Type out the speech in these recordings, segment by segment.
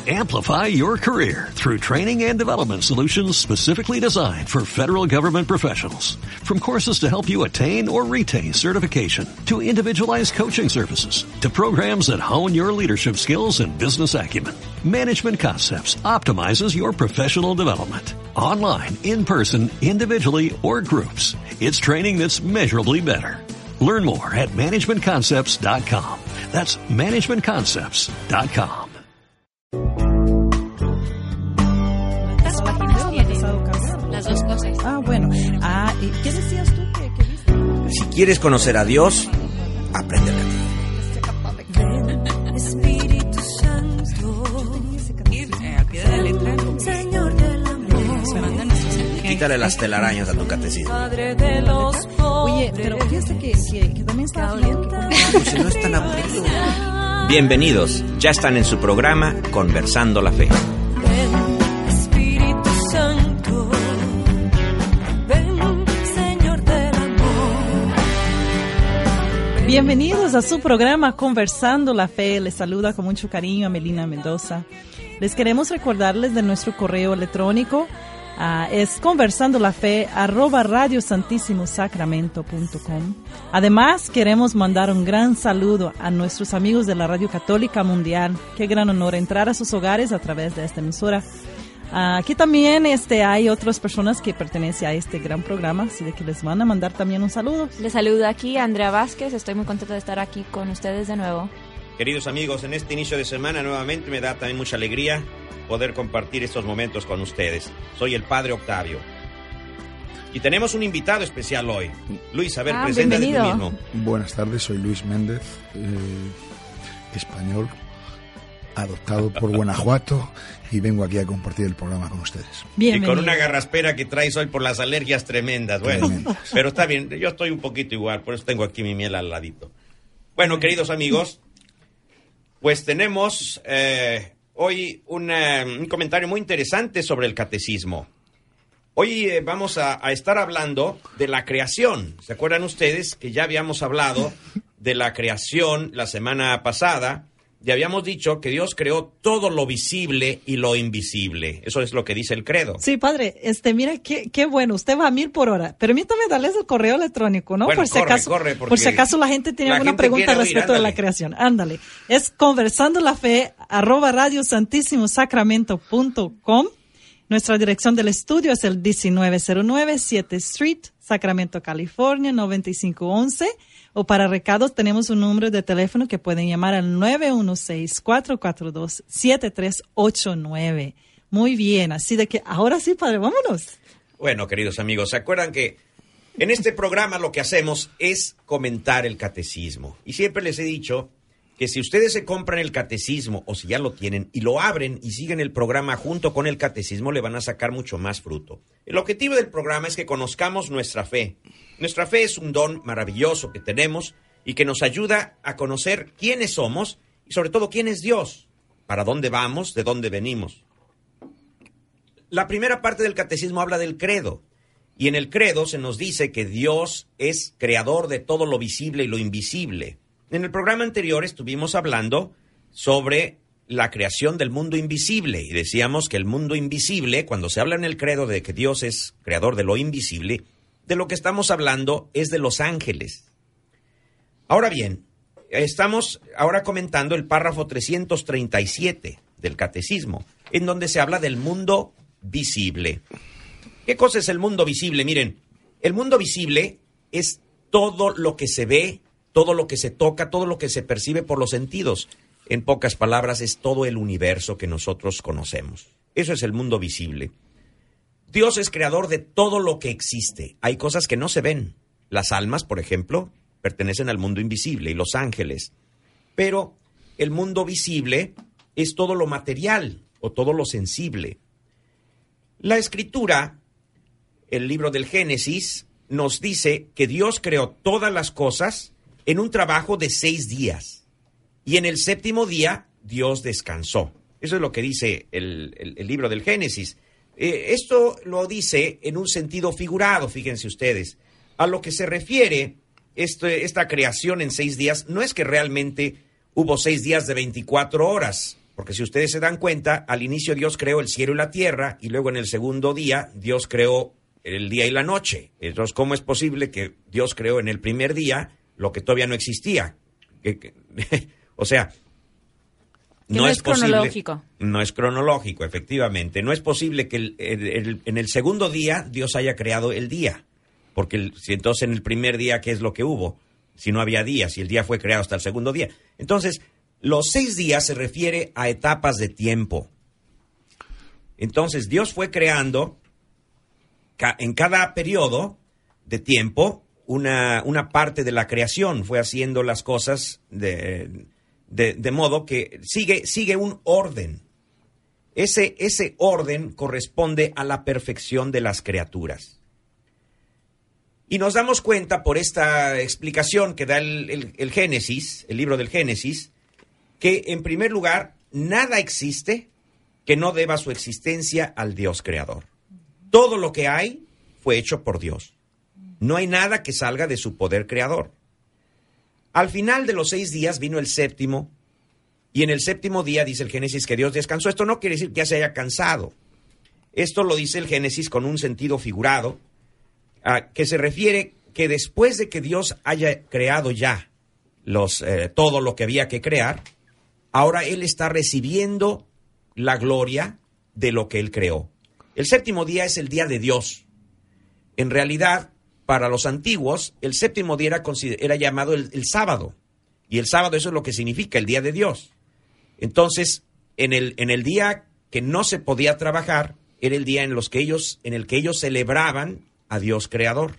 Amplify your career through training and development solutions specifically designed for federal government professionals. From courses to help you attain or retain certification, to individualized coaching services, to programs that hone your leadership skills and business acumen, Management Concepts optimizes your professional development. Online, in person, individually, or groups, it's training that's measurably better. Learn more at managementconcepts.com. That's managementconcepts.com. Las dos cosas. Bueno. ¿Y qué decías tú que viste? Si quieres conocer a Dios, aprende a cantar. Espíritu Santo, Al pie de la letra. Señor del amor, Quítale las telarañas a tu catecismo. Padre de los Oye, pobres. pero fíjate que también estaba viendo que Pues si no es tan aburrido. Bienvenidos, ya están en su programa Conversando la Fe. Ven, Espíritu Santo, ven, Señor del amor. Bienvenidos a su programa Conversando la Fe. Les saluda con mucho cariño a Melina Mendoza. Les queremos recordarles de nuestro correo electrónico. Es conversandolafe@radiosantissimosacramento.com. Además, queremos mandar un gran saludo a nuestros amigos de la Radio Católica Mundial. Qué gran honor entrar a sus hogares a través de esta emisora. Aquí también hay otras personas que pertenecen a este gran programa, así de que les van a mandar también un saludo. Les saluda aquí Andrea Vázquez. Estoy muy contenta de estar aquí con ustedes de nuevo. Queridos amigos, en este inicio de semana nuevamente me da también mucha alegría poder compartir estos momentos con ustedes. Soy el Padre Octavio. Y tenemos un invitado especial hoy. Luis, a ver, preséntate tú bienvenido. mismo. Buenas tardes, soy Luis Méndez, español, adoptado por Guanajuato, y vengo aquí a compartir el programa con ustedes. Bienvenido. Y con una garraspera que traes hoy por las alergias tremendas. Bueno, pero está bien, yo estoy un poquito igual, por eso tengo aquí mi miel al ladito. Bueno, queridos amigos, pues tenemos hoy un comentario muy interesante sobre el catecismo. Hoy vamos a estar hablando de la creación. ¿Se acuerdan ustedes que ya habíamos hablado de la creación la semana pasada? Ya habíamos dicho que Dios creó todo lo visible y lo invisible. Eso es lo que dice el credo. Sí, padre, mira qué bueno, usted va a 1000 por hora. Permítame darles el correo electrónico, ¿no? Bueno, por si acaso la gente tiene alguna pregunta al respecto de la creación. Ándale. Es conversandolafe@radiosantissimosacramento.com. Nuestra dirección del estudio es el 1909 7th Street, Sacramento, California, 9511. O para recados tenemos un número de teléfono que pueden llamar al 916-442-7389. Muy bien, así de que ahora sí, padre, vámonos. Bueno, queridos amigos, ¿se acuerdan que en este programa lo que hacemos es comentar el catecismo? Y siempre les he dicho que si ustedes se compran el catecismo o si ya lo tienen y lo abren y siguen el programa junto con el catecismo, le van a sacar mucho más fruto. El objetivo del programa es que conozcamos nuestra fe. Nuestra fe es un don maravilloso que tenemos y que nos ayuda a conocer quiénes somos y sobre todo quién es Dios, para dónde vamos, de dónde venimos. La primera parte del catecismo habla del credo y en el credo se nos dice que Dios es creador de todo lo visible y lo invisible. En el programa anterior estuvimos hablando sobre la creación del mundo invisible y decíamos que el mundo invisible, cuando se habla en el credo de que Dios es creador de lo invisible, de lo que estamos hablando es de los ángeles. Ahora bien, estamos ahora comentando el párrafo 337 del catecismo, en donde se habla del mundo visible. ¿Qué cosa es el mundo visible? Miren, el mundo visible es todo lo que se ve, todo lo que se toca, todo lo que se percibe por los sentidos. En pocas palabras, es todo el universo que nosotros conocemos. Eso es el mundo visible. Dios es creador de todo lo que existe. Hay cosas que no se ven. Las almas, por ejemplo, pertenecen al mundo invisible y los ángeles. Pero el mundo visible es todo lo material o todo lo sensible. La Escritura, el libro del Génesis, nos dice que Dios creó todas las cosas en un trabajo de 6 días. Y en el 7º día, Dios descansó. Eso es lo que dice el libro del Génesis. Esto lo dice en un sentido figurado, fíjense ustedes. A lo que se refiere esta creación en 6 días, no es que realmente hubo 6 días de 24 horas. Porque si ustedes se dan cuenta, al inicio Dios creó el cielo y la tierra, y luego en el segundo día Dios creó el día y la noche. Entonces, ¿cómo es posible que Dios creó en el primer día lo que todavía no existía? O sea, no es posible, cronológico. No es cronológico, efectivamente. No es posible que en el segundo día Dios haya creado el día. Porque si entonces en el primer día, ¿qué es lo que hubo? Si no había días, y el día fue creado hasta el segundo día. Entonces, los 6 días se refiere a etapas de tiempo. Entonces, Dios fue creando en cada periodo de tiempo una parte de la creación. Fue haciendo las cosas de modo que sigue un orden. Ese orden corresponde a la perfección de las criaturas. Y nos damos cuenta por esta explicación que da el Génesis, el libro del Génesis, que en primer lugar, nada existe que no deba su existencia al Dios creador. Todo lo que hay fue hecho por Dios. No hay nada que salga de su poder creador. Al final de los 6 días vino el séptimo, y en el séptimo día dice el Génesis que Dios descansó. Esto no quiere decir que ya se haya cansado. Esto lo dice el Génesis con un sentido figurado, que se refiere que después de que Dios haya creado ya todo lo que había que crear, ahora Él está recibiendo la gloria de lo que Él creó. El séptimo día es el día de Dios. En realidad, para los antiguos, el séptimo día era llamado el sábado. Y el sábado, eso es lo que significa, el día de Dios. Entonces, en el día que no se podía trabajar, era el día en el que ellos celebraban a Dios creador.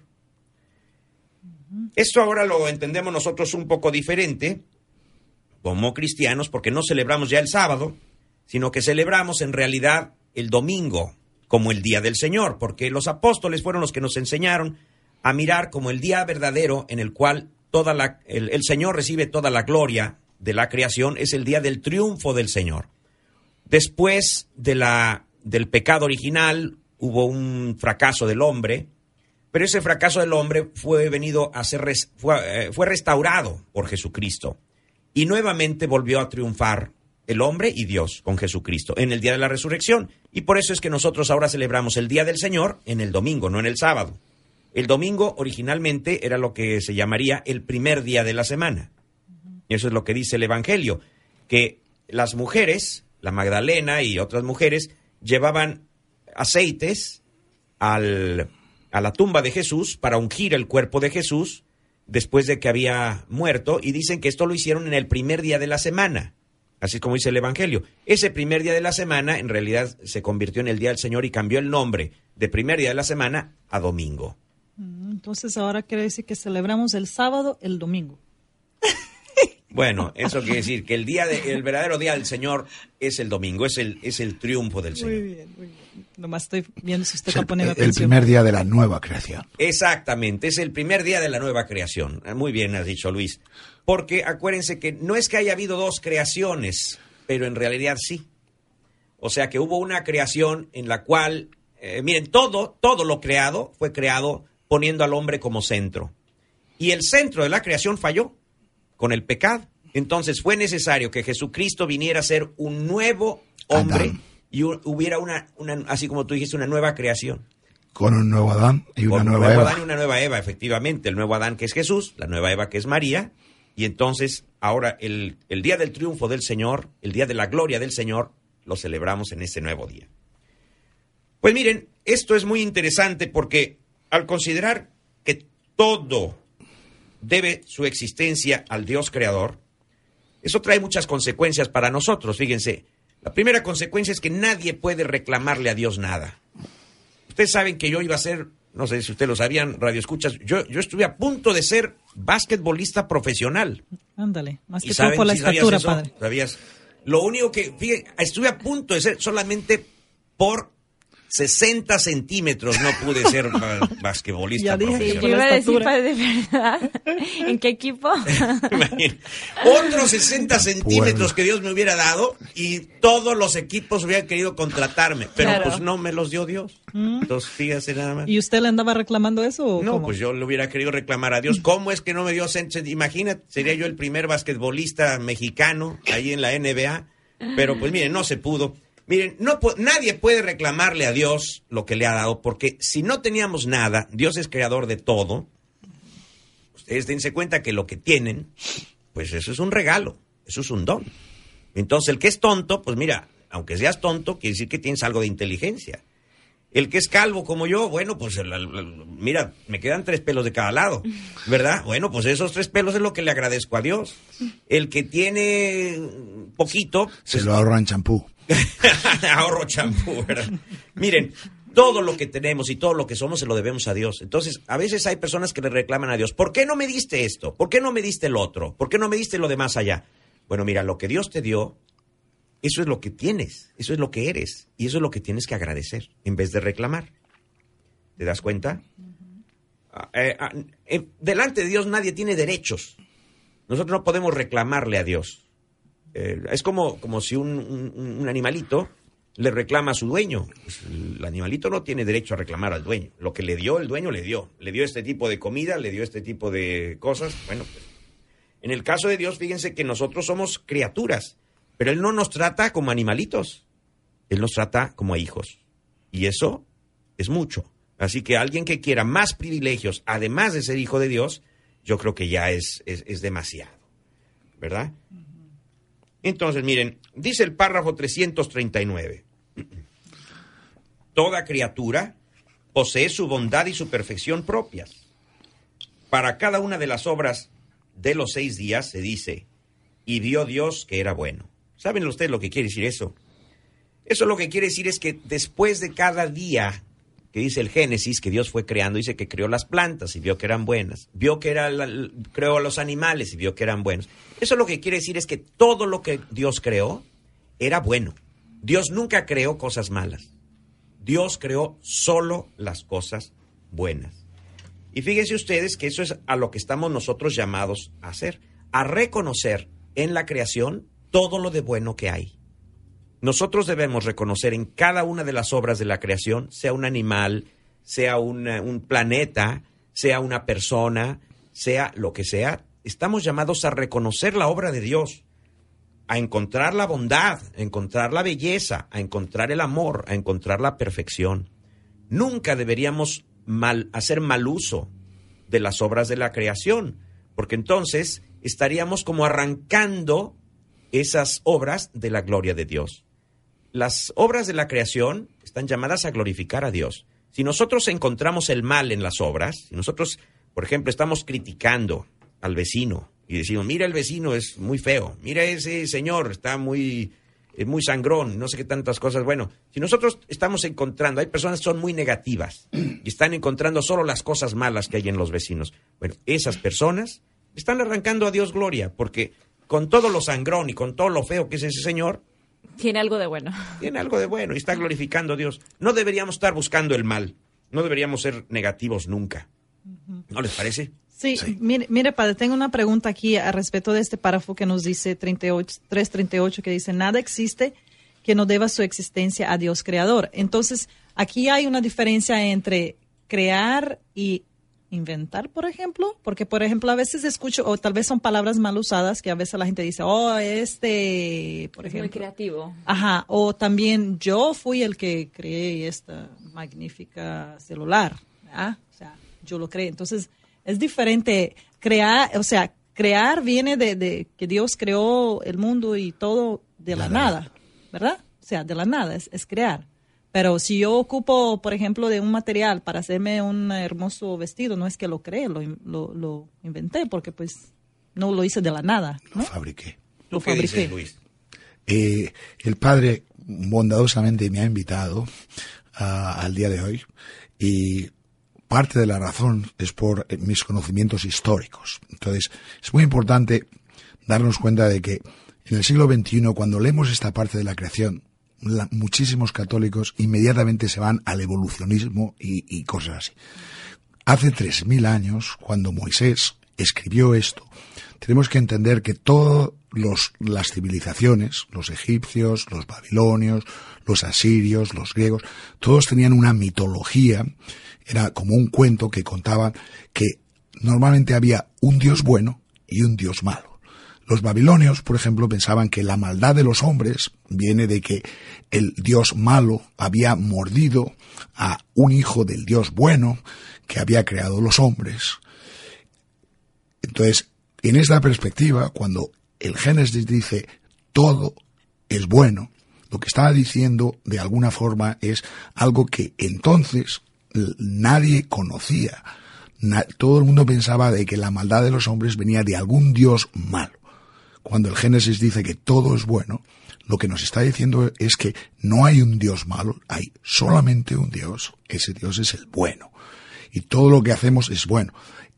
Esto ahora lo entendemos nosotros un poco diferente, como cristianos, porque no celebramos ya el sábado, sino que celebramos en realidad el domingo como el día del Señor, porque los apóstoles fueron los que nos enseñaron a mirar como el día verdadero en el cual el Señor recibe toda la gloria de la creación. Es el día del triunfo del Señor. Después del pecado original hubo un fracaso del hombre, pero ese fracaso del hombre fue restaurado por Jesucristo. Y nuevamente volvió a triunfar el hombre y Dios con Jesucristo en el día de la resurrección. Y por eso es que nosotros ahora celebramos el día del Señor en el domingo, no en el sábado. El domingo originalmente era lo que se llamaría el primer día de la semana. Y eso es lo que dice el Evangelio, que las mujeres, la Magdalena y otras mujeres, llevaban aceites a la tumba de Jesús para ungir el cuerpo de Jesús después de que había muerto, y dicen que esto lo hicieron en el primer día de la semana, así como dice el Evangelio. Ese primer día de la semana en realidad se convirtió en el día del Señor y cambió el nombre de primer día de la semana a domingo. Entonces ahora quiere decir que celebramos el sábado, el domingo. Bueno, eso quiere decir que el verdadero día del Señor es el domingo, es el triunfo del Señor. Muy bien, muy bien. Nomás estoy viendo si usted está poniendo el atención. primer día de la nueva creación. Exactamente, es el primer día de la nueva creación. Muy bien has dicho, Luis. Porque acuérdense que no es que haya habido 2 creaciones, pero en realidad sí. O sea que hubo una creación en la cual, miren, todo lo creado fue creado poniendo al hombre como centro. Y el centro de la creación falló con el pecado. Entonces fue necesario que Jesucristo viniera a ser un nuevo hombre Adán. y hubiera así como tú dijiste, una nueva creación. Con un nuevo Adán y una Con un nueva nuevo Eva. Adán y una nueva Eva, efectivamente. El nuevo Adán que es Jesús, la nueva Eva que es María. Y entonces ahora el día del triunfo del Señor, el día de la gloria del Señor, lo celebramos en ese nuevo día. Pues miren, esto es muy interesante porque al considerar que todo debe su existencia al Dios creador, eso trae muchas consecuencias para nosotros. Fíjense, la primera consecuencia es que nadie puede reclamarle a Dios nada. Ustedes saben que yo iba a ser, no sé si ustedes lo sabían, radioescuchas, yo estuve a punto de ser basquetbolista profesional. Ándale, más que ¿Y todo por la si sabías estatura, eso? padre. ¿Sabías? Lo único que, fíjense, estuve a punto de ser solamente por 60 centímetros no pude ser basquetbolista Ya dije. Sí, profesional. yo iba a decir, estatura. padre, de verdad. ¿En qué equipo? Imagínate. Otros 60 centímetros Bueno. que Dios me hubiera dado y todos los equipos hubieran querido contratarme, pero Claro. pues no me los dio Dios. Entonces, fíjate nada más. ¿Y usted le andaba reclamando eso o No, cómo? pues yo le hubiera querido reclamar a Dios. ¿Cómo es que no me dio centímetros? Imagínate, sería yo el primer basquetbolista mexicano ahí en la NBA. Pero pues miren, no se pudo. Miren, nadie puede reclamarle a Dios lo que le ha dado, porque si no teníamos nada, Dios es creador de todo. Ustedes dense cuenta que lo que tienen, pues eso es un regalo, eso es un don. Entonces el que es tonto, pues mira, aunque seas tonto, quiere decir que tienes algo de inteligencia. El que es calvo como yo, bueno, pues mira, me quedan 3 pelos de cada lado, ¿verdad? Bueno, pues esos 3 pelos es lo que le agradezco a Dios. El que tiene poquito... Se lo ahorra en champú. Ahorro champú, ¿verdad? Miren, todo lo que tenemos y todo lo que somos se lo debemos a Dios. Entonces, a veces hay personas que le reclaman a Dios, ¿por qué no me diste esto? ¿Por qué no me diste el otro? ¿Por qué no me diste lo de más allá? Bueno, mira, lo que Dios te dio, eso es lo que tienes, eso es lo que eres, y eso es lo que tienes que agradecer, en vez de reclamar. ¿Te das cuenta? Delante de Dios nadie tiene derechos. Nosotros no podemos reclamarle a Dios. Es como si un animalito le reclama a su dueño. Pues el animalito no tiene derecho a reclamar al dueño. Lo que le dio, el dueño le dio. Le dio este tipo de comida, le dio este tipo de cosas. Bueno, pues, en el caso de Dios, fíjense que nosotros somos criaturas. Pero Él no nos trata como animalitos, Él nos trata como hijos. Y eso es mucho. Así que alguien que quiera más privilegios, además de ser hijo de Dios, yo creo que ya es demasiado, ¿verdad? Entonces, miren, dice el párrafo 339. Toda criatura posee su bondad y su perfección propias. Para cada una de las obras de los 6 días se dice, y vio Dios que era bueno. ¿Saben ustedes lo que quiere decir eso? Eso lo que quiere decir es que después de cada día, que dice el Génesis, que Dios fue creando, dice que creó las plantas y vio que eran buenas. Vio que creó a los animales y vio que eran buenos. Eso lo que quiere decir es que todo lo que Dios creó era bueno. Dios nunca creó cosas malas. Dios creó solo las cosas buenas. Y fíjense ustedes que eso es a lo que estamos nosotros llamados a hacer, a reconocer en la creación todo lo de bueno que hay. Nosotros debemos reconocer en cada una de las obras de la creación, sea un animal, sea un planeta, sea una persona, sea lo que sea, estamos llamados a reconocer la obra de Dios, a encontrar la bondad, a encontrar la belleza, a encontrar el amor, a encontrar la perfección. Nunca deberíamos hacer mal uso de las obras de la creación, porque entonces estaríamos como arrancando esas obras de la gloria de Dios. Las obras de la creación están llamadas a glorificar a Dios. Si nosotros encontramos el mal en las obras, si nosotros, por ejemplo, estamos criticando al vecino y decimos, mira el vecino es muy feo, mira ese señor está muy sangrón, no sé qué tantas cosas. Bueno, si nosotros estamos encontrando, hay personas que son muy negativas y están encontrando solo las cosas malas que hay en los vecinos. Bueno, esas personas están arrancando a Dios gloria, porque con todo lo sangrón y con todo lo feo que es ese señor, tiene algo de bueno. Tiene algo de bueno y está glorificando a Dios. No deberíamos estar buscando el mal. No deberíamos ser negativos nunca. ¿No les parece? Sí. Mire, padre, tengo una pregunta aquí al respecto de este párrafo que nos dice 3:38, que dice, nada existe que no deba su existencia a Dios creador. Entonces, aquí hay una diferencia entre crear y inventar, por ejemplo, porque, por ejemplo, a veces escucho, o tal vez son palabras mal usadas, que a veces la gente dice, por ejemplo. Muy creativo. Ajá, o también yo fui el que creé esta magnífica celular, ¿verdad? O sea, yo lo creé. Entonces, es diferente crear, o sea, crear viene de que Dios creó el mundo y todo de la nada, ¿verdad? O sea, de la nada, es crear. Pero si yo ocupo, por ejemplo, de un material para hacerme un hermoso vestido, no es que lo creé, lo inventé, porque pues no lo hice de la nada, ¿no? Lo fabriqué. ¿Tú qué dices, Luis? El padre bondadosamente me ha invitado al día de hoy y parte de la razón es por mis conocimientos históricos. Entonces, es muy importante darnos cuenta de que en el siglo XXI, cuando leemos esta parte de la creación, muchísimos católicos inmediatamente se van al evolucionismo y cosas así. Hace 3.000 años, cuando Moisés escribió esto, tenemos que entender que todas las civilizaciones, los egipcios, los babilonios, los asirios, los griegos, todos tenían una mitología, era como un cuento que contaban que normalmente había un Dios bueno y un Dios malo. Los babilonios, por ejemplo, pensaban que la maldad de los hombres viene de que el Dios malo había mordido a un hijo del Dios bueno que había creado los hombres. Entonces, en esta perspectiva, cuando el Génesis dice todo es bueno, lo que estaba diciendo de alguna forma es algo que entonces nadie conocía. Todo el mundo pensaba de que la maldad de los hombres venía de algún Dios malo. Cuando el Génesis dice que todo es bueno, lo que nos está diciendo es que no hay un Dios malo, hay solamente un Dios. Ese Dios es el bueno. Y todo lo que hacemos es bueno.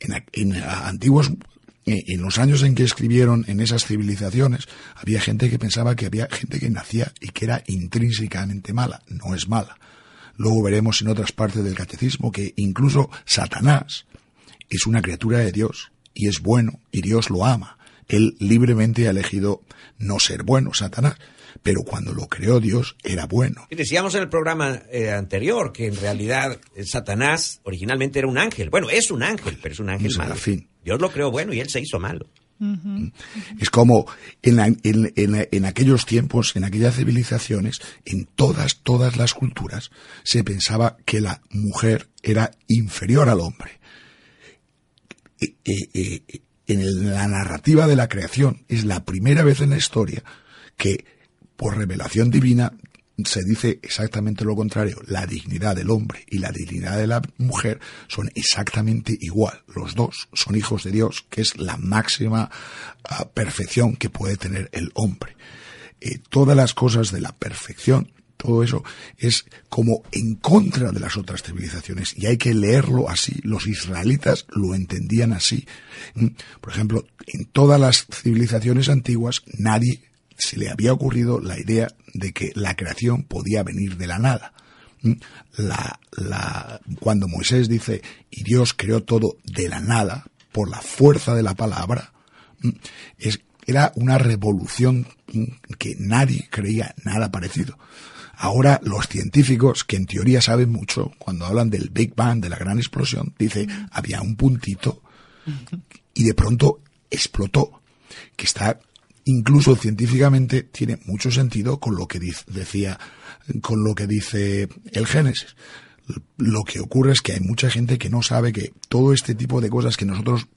En los años en que escribieron en esas civilizaciones, había gente que pensaba que había gente que nacía y que era intrínsecamente mala. No es mala. Luego veremos en otras partes del catecismo que incluso Satanás es una criatura de Dios y es bueno y Dios lo ama. Él libremente ha elegido no ser bueno, Satanás, pero cuando lo creó Dios era bueno. Y decíamos en el programa anterior que en realidad Satanás originalmente era un ángel. Bueno, es un ángel, pero es un ángel malo. Dios lo creó bueno y él se hizo malo. Uh-huh. Es como en aquellos tiempos, en aquellas civilizaciones, en todas las culturas, se pensaba que la mujer era inferior al hombre. En la narrativa de la creación es la primera vez en la historia que por revelación divina se dice exactamente lo contrario. La dignidad del hombre y la dignidad de la mujer son exactamente igual. Los dos son hijos de Dios, que es la máxima perfección que puede tener el hombre. Todas las cosas de la perfección, todo eso es como en contra de las otras civilizaciones y hay que leerlo así. Los israelitas lo entendían así. Por ejemplo, en todas las civilizaciones antiguas nadie se le había ocurrido la idea de que la creación podía venir de la nada. Cuando Moisés dice, y Dios creó todo de la nada, por la fuerza de la palabra, era una revolución que nadie creía nada parecido. Ahora los científicos, que en teoría saben mucho, cuando hablan del Big Bang, de la gran explosión, dice, había un puntito y de pronto explotó, que está, incluso científicamente, tiene mucho sentido con lo que con lo que dice el Génesis. Lo que ocurre es que hay mucha gente que no sabe que todo este tipo de cosas que nosotros,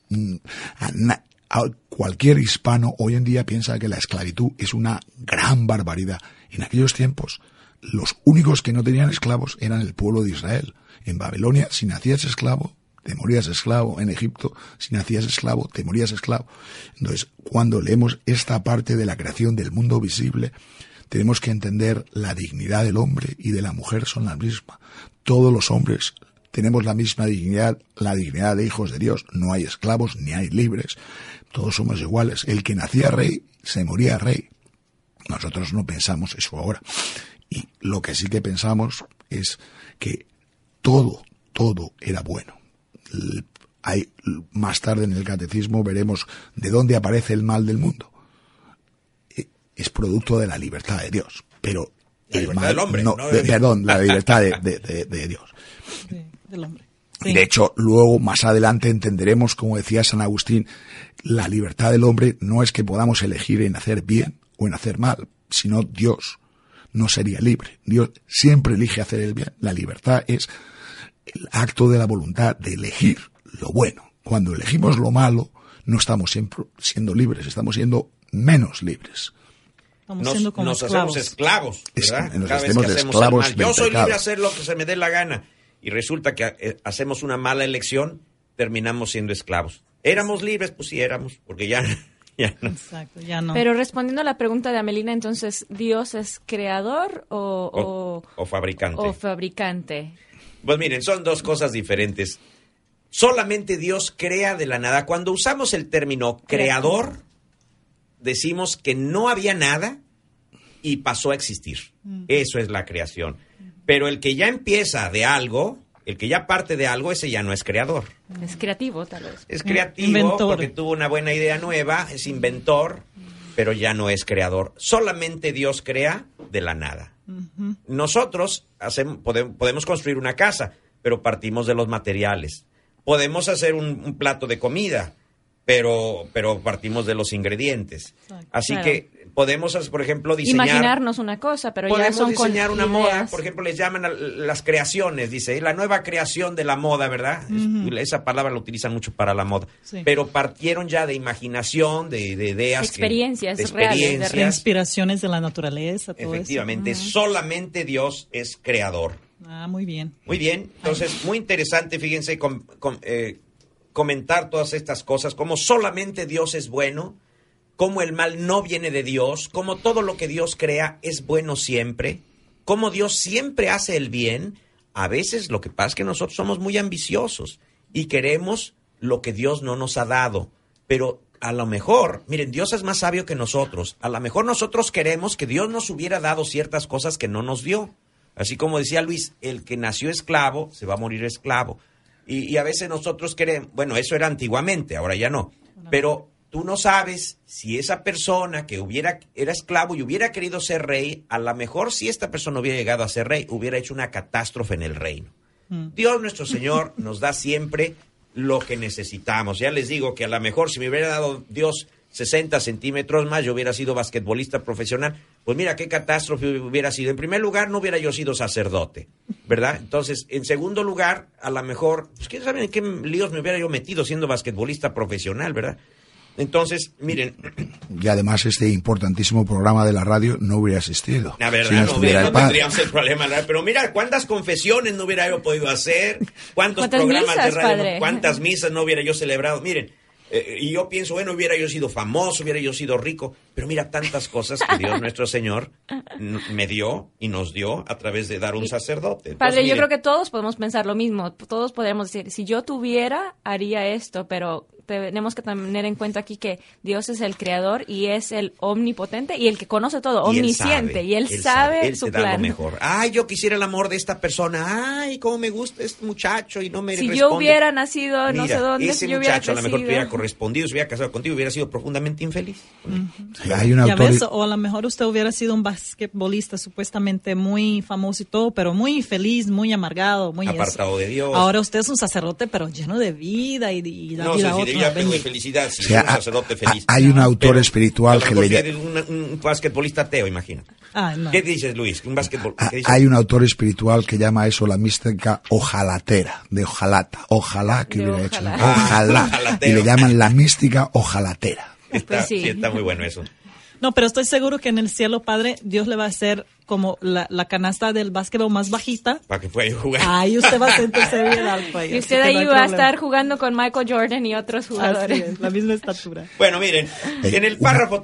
cualquier hispano hoy en día piensa que la esclavitud es una gran barbaridad. En aquellos tiempos, los únicos que no tenían esclavos eran el pueblo de Israel. En Babilonia, si nacías esclavo, te morías esclavo. En Egipto, si nacías esclavo, te morías esclavo. Entonces, cuando leemos esta parte de la creación del mundo visible, tenemos que entender la dignidad del hombre y de la mujer son la misma. Todos los hombres tenemos la misma dignidad, la dignidad de hijos de Dios. No hay esclavos ni hay libres. Todos somos iguales. El que nacía rey, se moría rey. Nosotros no pensamos eso ahora. Y lo que sí que pensamos es que todo era bueno. Más tarde en el catecismo veremos de dónde aparece el mal del mundo. Es producto de la libertad de Dios. Pero la libertad del hombre. La libertad de Dios. Sí, del hombre. Sí. De hecho, luego, más adelante, entenderemos, como decía San Agustín, la libertad del hombre no es que podamos elegir en hacer bien o en hacer mal, sino Dios no sería libre. Dios siempre elige hacer el bien. La libertad es el acto de la voluntad de elegir lo bueno. Cuando elegimos lo malo, no estamos siempre siendo libres, estamos siendo menos libres. Nos hacemos esclavos, ¿verdad? Cada vez que hacemos el mal. Yo soy libre de hacer lo que se me dé la gana. Y resulta que hacemos una mala elección, terminamos siendo esclavos. ¿Éramos libres? Pues sí éramos, porque ya no. Exacto, ya no. Pero respondiendo a la pregunta de Amelina, entonces, ¿Dios es creador o fabricante? O fabricante. Pues miren, son dos cosas diferentes. Solamente Dios crea de la nada. Cuando usamos el término creador, decimos que no había nada y pasó a existir. Eso es la creación. Pero el que ya empieza de algo, el que ya parte de algo, ese ya no es creador. Es creativo, tal vez. Es creativo Inventor. porque tuvo una buena idea nueva, es inventor, pero ya no es creador. Solamente Dios crea de la nada. Nosotros podemos construir una casa, pero partimos de los materiales. Podemos hacer un plato de comida, pero partimos de los ingredientes. Así Claro. que podemos, por ejemplo, diseñar... Imaginarnos una cosa, pero ya Podemos son con diseñar una ideas. moda, por ejemplo, les llaman a las creaciones, dice, la nueva creación de la moda, ¿verdad? Esa palabra la utilizan mucho para la moda. Sí. Pero partieron ya de imaginación, de ideas. Experiencias de reales, de De experiencias. inspiraciones de la naturaleza, todo Efectivamente, eso. solamente Dios es creador. Muy bien. Muy bien, entonces, muy interesante, fíjense, comentar todas estas cosas, como solamente Dios es bueno, cómo el mal no viene de Dios, cómo todo lo que Dios crea es bueno siempre, cómo Dios siempre hace el bien. A veces lo que pasa es que nosotros somos muy ambiciosos y queremos lo que Dios no nos ha dado, pero a lo mejor, miren, Dios es más sabio que nosotros, a lo mejor nosotros queremos que Dios nos hubiera dado ciertas cosas que no nos dio. Así como decía Luis, el que nació esclavo se va a morir esclavo. Y a veces nosotros queremos, bueno, eso era antiguamente, ahora ya no, pero tú no sabes si esa persona que era esclavo y hubiera querido ser rey, a lo mejor si esta persona hubiera llegado a ser rey, hubiera hecho una catástrofe en el reino. Dios nuestro Señor nos da siempre lo que necesitamos. Ya les digo que a lo mejor si me hubiera dado Dios 60 centímetros más, yo hubiera sido basquetbolista profesional. Pues mira, qué catástrofe hubiera sido. En primer lugar, no hubiera yo sido sacerdote, ¿verdad? Entonces, en segundo lugar, a lo mejor, pues quién sabe en qué líos me hubiera yo metido siendo basquetbolista profesional, ¿verdad? Entonces, miren... Y además este importantísimo programa de la radio no hubiera existido. La verdad, si no estuviera el padre. tendríamos el problema. Pero mira, ¿cuántas confesiones no hubiera yo podido hacer? ¿Cuántos ¿Cuántas programas misas, de radio? padre? ¿Cuántas misas no hubiera yo celebrado? Miren, y yo pienso, bueno, hubiera yo sido famoso, hubiera yo sido rico, pero mira tantas cosas que Dios nuestro Señor me dio y nos dio a través de dar un sacerdote. Entonces, Padre, yo miren, creo que todos podemos pensar lo mismo. Todos podemos decir, si yo tuviera, haría esto, pero tenemos que tener en cuenta aquí que Dios es el creador y es el omnipotente y el que conoce todo, y él omnisciente, sabe, y él sabe él su te da lo plan. mejor. Ay, yo quisiera el amor de esta persona. Ay, cómo me gusta este muchacho y no me Si responde. yo hubiera nacido no Mira, sé dónde, ese si yo hubiera muchacho a lo mejor te crecido. hubiera correspondido, se hubiera casado contigo, hubiera sido profundamente infeliz. Sí, hay un Ya autor... ves, o a lo mejor usted hubiera sido un basquetbolista supuestamente muy famoso y todo, pero muy infeliz, muy amargado, muy Apartado eso. de Dios. Ahora usted es un sacerdote, pero lleno de vida y la No vida sé a si otro. diría de felicidad, si O sea, soy un sacerdote feliz. hay un autor Pero espiritual a lo que mejor le si eres un basquetbolista ateo, imagínate. No. ¿Qué dices, Luis? Un basquetbol. ¿qué dices? Hay un autor espiritual que llama eso la mística ojalatera, de ojalata. Ojalá que De hubiera hecho. ojalá. Ojalá. Ojalatero. Y le llaman la mística ojalatera. Está, Pues sí. sí, está muy bueno eso. No, pero estoy seguro que en el cielo, Padre, Dios le va a hacer como la canasta del básquetbol más bajita. Para que pueda jugar. Ahí usted va a sentirse bien alto. Y usted ahí va a estar jugando con Michael Jordan y otros jugadores. la misma estatura. Bueno, miren, en el párrafo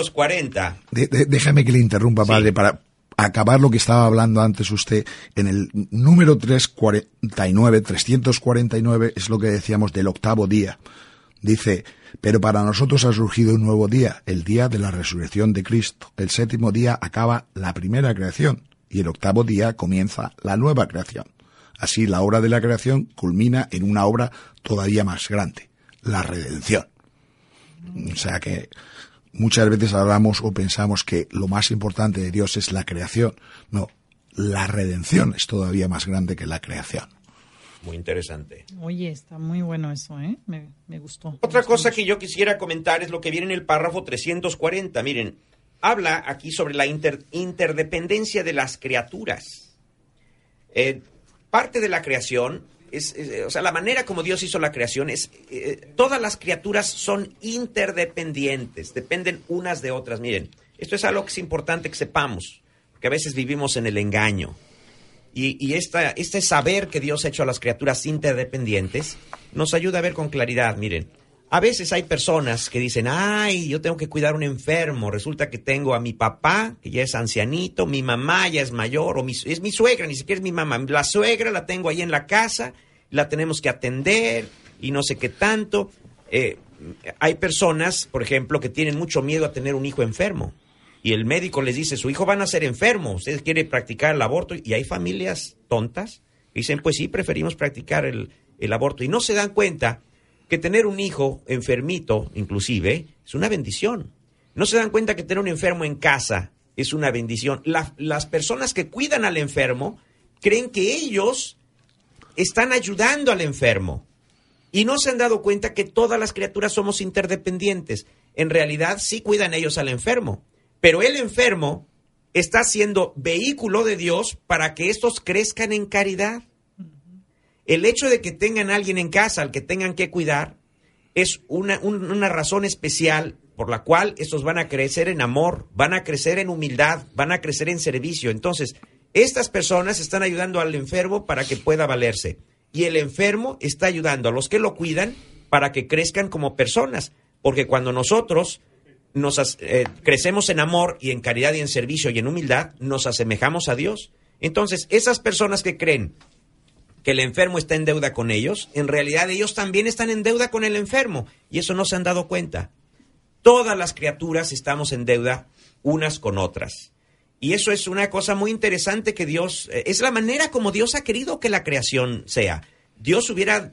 340, Déjame que le interrumpa, padre, para acabar lo que estaba hablando antes usted. En el número 349 es lo que decíamos del octavo día. Dice, pero para nosotros ha surgido un nuevo día, el día de la resurrección de Cristo. El séptimo día acaba la primera creación y el octavo día comienza la nueva creación. Así la obra de la creación culmina en una obra todavía más grande, la redención. O sea que muchas veces hablamos o pensamos que lo más importante de Dios es la creación. No, la redención es todavía más grande que la creación. muy interesante. Oye, está muy bueno eso, ¿eh? Me gustó. Otra cosa que yo quisiera comentar es lo que viene en el párrafo 340. Miren, habla aquí sobre la interdependencia de las criaturas. Parte de la creación, o sea, la manera como Dios hizo la creación es, todas las criaturas son interdependientes, dependen unas de otras. Miren, esto es algo que es importante que sepamos, porque a veces vivimos en el engaño. Y este saber que Dios ha hecho a las criaturas interdependientes nos ayuda a ver con claridad. Miren, a veces hay personas que dicen, ay, yo tengo que cuidar a un enfermo. Resulta que tengo a mi papá, que ya es ancianito, mi mamá ya es mayor, o es mi suegra, ni siquiera es mi mamá. La suegra la tengo ahí en la casa, la tenemos que atender y no sé qué tanto. Hay personas, por ejemplo, que tienen mucho miedo a tener un hijo enfermo. Y el médico les dice, su hijo va a nacer enfermo, usted quiere practicar el aborto. Y hay familias tontas que dicen, pues sí, preferimos practicar el aborto. Y no se dan cuenta que tener un hijo enfermito, inclusive, es una bendición. No se dan cuenta que tener un enfermo en casa es una bendición. Las personas que cuidan al enfermo creen que ellos están ayudando al enfermo. Y no se han dado cuenta que todas las criaturas somos interdependientes. En realidad sí cuidan ellos al enfermo, pero el enfermo está siendo vehículo de Dios para que estos crezcan en caridad. El hecho de que tengan a alguien en casa al que tengan que cuidar es una razón especial por la cual estos van a crecer en amor, van a crecer en humildad, van a crecer en servicio. Entonces, estas personas están ayudando al enfermo para que pueda valerse. Y el enfermo está ayudando a los que lo cuidan para que crezcan como personas. Porque cuando nosotros crecemos en amor y en caridad y en servicio y en humildad, nos asemejamos a Dios. Entonces, esas personas que creen que el enfermo está en deuda con ellos, en realidad ellos también están en deuda con el enfermo. Y eso no se han dado cuenta. Todas las criaturas estamos en deuda unas con otras. Y eso es una cosa muy interesante que Dios, es la manera como Dios ha querido que la creación sea. Dios hubiera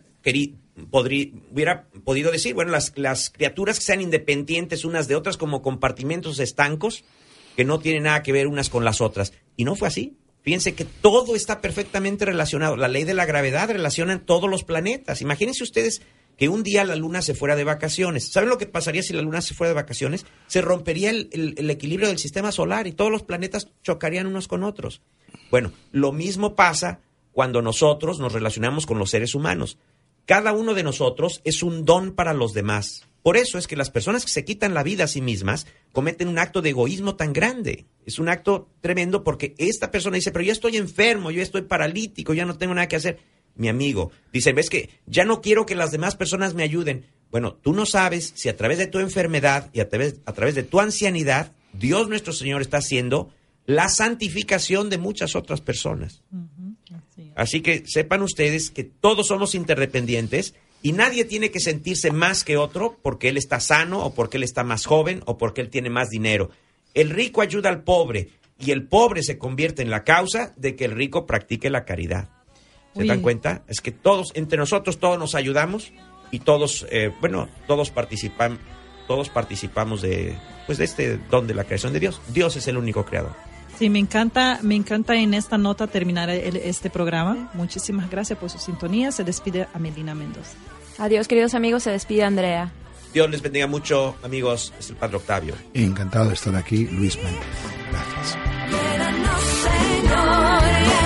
podido decir, bueno, las criaturas que sean independientes unas de otras como compartimentos estancos que no tienen nada que ver unas con las otras. Y no fue así. Fíjense que todo está perfectamente relacionado. La ley de la gravedad relaciona todos los planetas. Imagínense ustedes que un día la luna se fuera de vacaciones. ¿Saben lo que pasaría si la luna se fuera de vacaciones? Se rompería el equilibrio del sistema solar y todos los planetas chocarían unos con otros. Bueno, lo mismo pasa cuando nosotros nos relacionamos con los seres humanos. Cada uno de nosotros es un don para los demás. Por eso es que las personas que se quitan la vida a sí mismas cometen un acto de egoísmo tan grande. Es un acto tremendo porque esta persona dice, pero yo estoy enfermo, yo estoy paralítico, ya no tengo nada que hacer. Mi amigo dice, ves que ya no quiero que las demás personas me ayuden. Bueno, tú no sabes si a través de tu enfermedad y a través de tu ancianidad, Dios nuestro Señor está haciendo la santificación de muchas otras personas. Así que sepan ustedes que todos somos interdependientes y nadie tiene que sentirse más que otro porque él está sano o porque él está más joven o porque él tiene más dinero. El rico ayuda al pobre y el pobre se convierte en la causa de que el rico practique la caridad. ¿Se dan cuenta? Es que todos, entre nosotros, todos nos ayudamos y todos, todos participamos de este don de la creación de Dios. Dios es el único creador. Sí, me encanta en esta nota terminar este programa. Muchísimas gracias por su sintonía. Se despide Amelina Mendoza. Adiós, queridos amigos. Se despide Andrea. Dios les bendiga mucho, amigos. Es el Padre Octavio. Encantado de estar aquí, Luis Méndez. Gracias. Llénanos, Señor,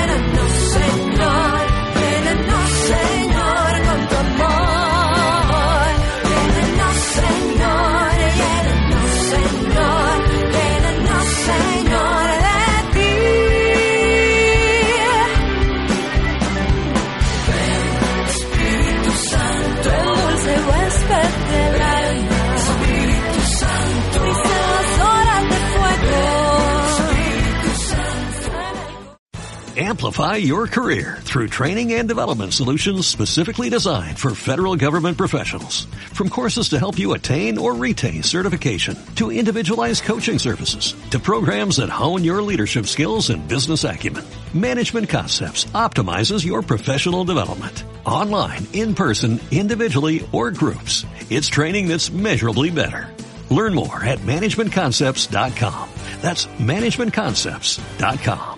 con tu amor. Llénanos, Señor, Señor, de ti. Ven, Espíritu Santo, el dulce huésped del alma. Espíritu Santo, brisa las horas de fuego. Espíritu Santo. Amplify your career through training and development solutions specifically designed for federal government professionals. From courses to help you attain or retain certification, to individualized coaching services, to programs that hone your leadership skills and business acumen, Management Concepts optimizes your professional development. Online, in person, individually, or groups, it's training that's measurably better. Learn more at managementconcepts.com. That's managementconcepts.com.